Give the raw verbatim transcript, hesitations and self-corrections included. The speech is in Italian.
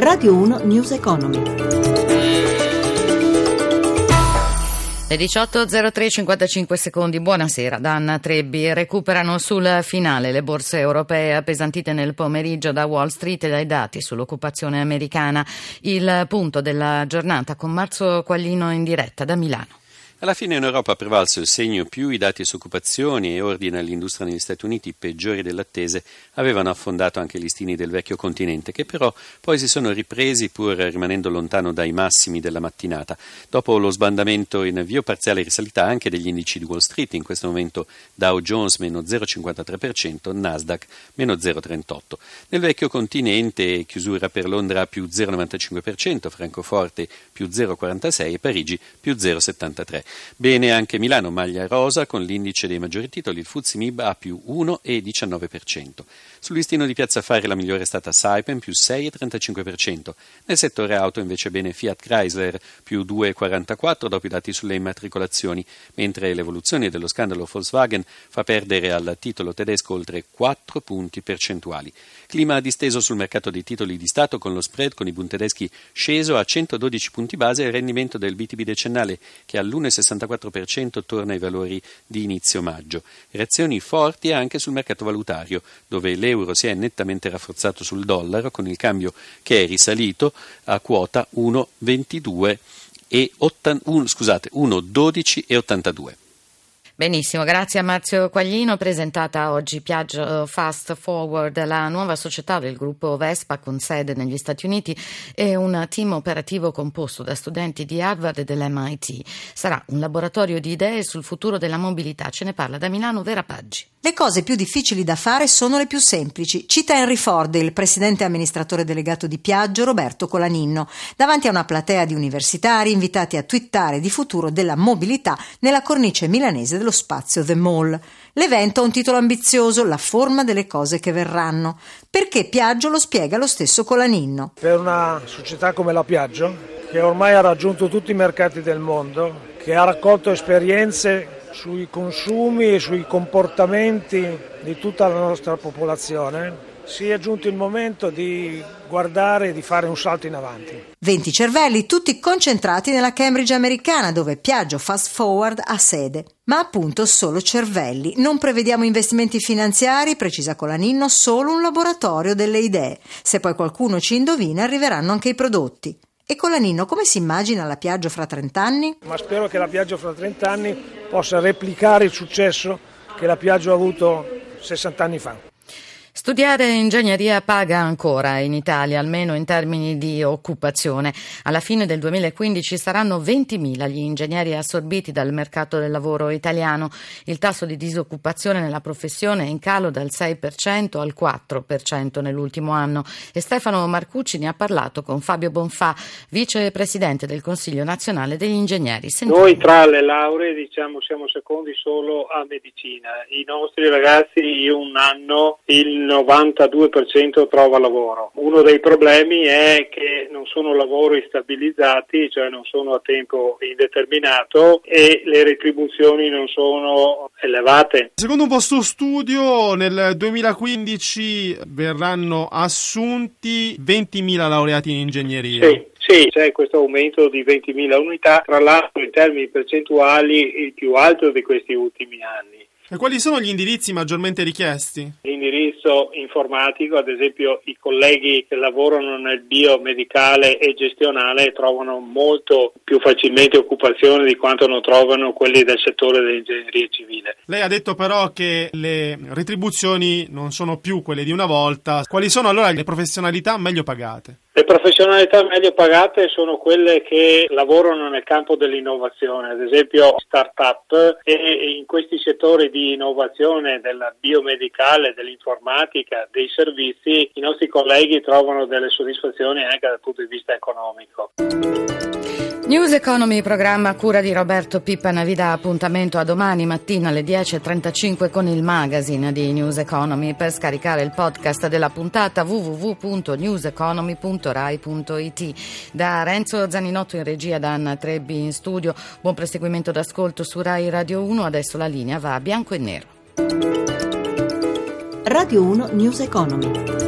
Radio uno News Economy. Le diciotto e zero tre, cinquantacinque secondi. Buonasera da Anna Trebbi. Recuperano sul finale le borse europee appesantite nel pomeriggio da Wall Street e dai dati sull'occupazione americana. Il punto della giornata con Marzio Quaglino in diretta da Milano. Alla fine in Europa ha prevalso il segno più, i dati su occupazione e ordine all'industria negli Stati Uniti, peggiori delle attese, avevano affondato anche i listini del vecchio continente, che però poi si sono ripresi pur rimanendo lontano dai massimi della mattinata. Dopo lo sbandamento in avvio parziale risalita anche degli indici di Wall Street, in questo momento Dow Jones meno zero virgola cinquantatré per cento, Nasdaq meno zero virgola trentotto per cento. Nel vecchio continente chiusura per Londra più zero virgola novantacinque per cento, Francoforte più zero virgola quarantasei per cento e Parigi più zero virgola settantatré per cento. Bene anche Milano, maglia rosa, con l'indice dei maggiori titoli, il F T S E M I B a più uno virgola diciannove per cento. Sul listino di Piazza Affari la migliore è stata Saipem, più sei virgola trentacinque per cento. Nel settore auto invece bene Fiat Chrysler, più due virgola quarantaquattro dopo i dati sulle immatricolazioni, mentre l'evoluzione dello scandalo Volkswagen fa perdere al titolo tedesco oltre quattro punti percentuali. Clima disteso sul mercato dei titoli di Stato, con lo spread con i Bund tedeschi sceso a centododici punti base e il rendimento del B T B decennale che all'uno virgola sessantaquattro per cento torna ai valori di inizio maggio. Reazioni forti anche sul mercato valutario, dove l'euro si è nettamente rafforzato sul dollaro, con il cambio che è risalito a quota uno virgola ventidue e uno, scusate, uno virgola dodici e ottantadue. Benissimo, grazie a Marzio Quaglino. Presentata oggi Piaggio Fast Forward, la nuova società del gruppo Vespa con sede negli Stati Uniti e un team operativo composto da studenti di Harvard e dell'M I T. Sarà un laboratorio di idee sul futuro della mobilità. Ce ne parla da Milano Vera Paggi. Le cose più difficili da fare sono le più semplici, cita Henry Ford, il presidente amministratore delegato di Piaggio, Roberto Colaninno, davanti a una platea di universitari invitati a twittare di futuro della mobilità nella cornice milanese dello spazio The Mall. L'evento ha un titolo ambizioso, La forma delle cose che verranno. Perché Piaggio lo spiega lo stesso Colaninno. Per una società come la Piaggio, che ormai ha raggiunto tutti i mercati del mondo, che ha raccolto esperienze sui consumi e sui comportamenti di tutta la nostra popolazione, si è giunto il momento di guardare e di fare un salto in avanti. venti cervelli, tutti concentrati nella Cambridge americana, dove Piaggio Fast Forward ha sede. Ma appunto solo cervelli. Non prevediamo investimenti finanziari, precisa Colaninno, solo un laboratorio delle idee. Se poi qualcuno ci indovina, arriveranno anche i prodotti. E Colaninno come si immagina la Piaggio fra trent'anni? Ma spero che la Piaggio fra trent'anni possa replicare il successo che la Piaggio ha avuto sessanta anni fa. Studiare ingegneria paga ancora in Italia, almeno in termini di occupazione. Alla fine del duemilaquindici saranno ventimila gli ingegneri assorbiti dal mercato del lavoro italiano. Il tasso di disoccupazione nella professione è in calo dal sei per cento al quattro per cento nell'ultimo anno. E Stefano Marcucci ne ha parlato con Fabio Bonfà, vicepresidente del Consiglio Nazionale degli Ingegneri. Sentiamo. Noi tra le lauree diciamo siamo secondi solo a medicina. I nostri ragazzi in un anno il novantadue per cento trova lavoro. Uno dei problemi è che non sono lavori stabilizzati, cioè non sono a tempo indeterminato e le retribuzioni non sono elevate. Secondo un vostro studio nel duemilaquindici verranno assunti ventimila laureati in ingegneria. Sì. Sì, c'è questo aumento di ventimila unità, tra l'altro in termini percentuali il più alto di questi ultimi anni. E quali sono gli indirizzi maggiormente richiesti? L'indirizzo informatico, ad esempio i colleghi che lavorano nel biomedicale e gestionale trovano molto più facilmente occupazione di quanto non trovano quelli del settore dell'ingegneria civile. Lei ha detto però che le retribuzioni non sono più quelle di una volta. Quali sono allora le professionalità meglio pagate? Le professionalità meglio pagate sono quelle che lavorano nel campo dell'innovazione, ad esempio start-up, e in questi settori di innovazione della biomedicale, dell'informatica, dei servizi, i nostri colleghi trovano delle soddisfazioni anche dal punto di vista economico. News Economy, programma a cura di Roberto Pippan, vi dà appuntamento a domani mattina alle dieci e trentacinque con il magazine di News Economy. Per scaricare il podcast della puntata w w w punto news economy punto rai punto i t. Da Renzo Zaninotto in regia, da Anna Trebbi in studio, buon proseguimento d'ascolto su Rai Radio uno. Adesso la linea va a bianco e nero. Radio uno News Economy.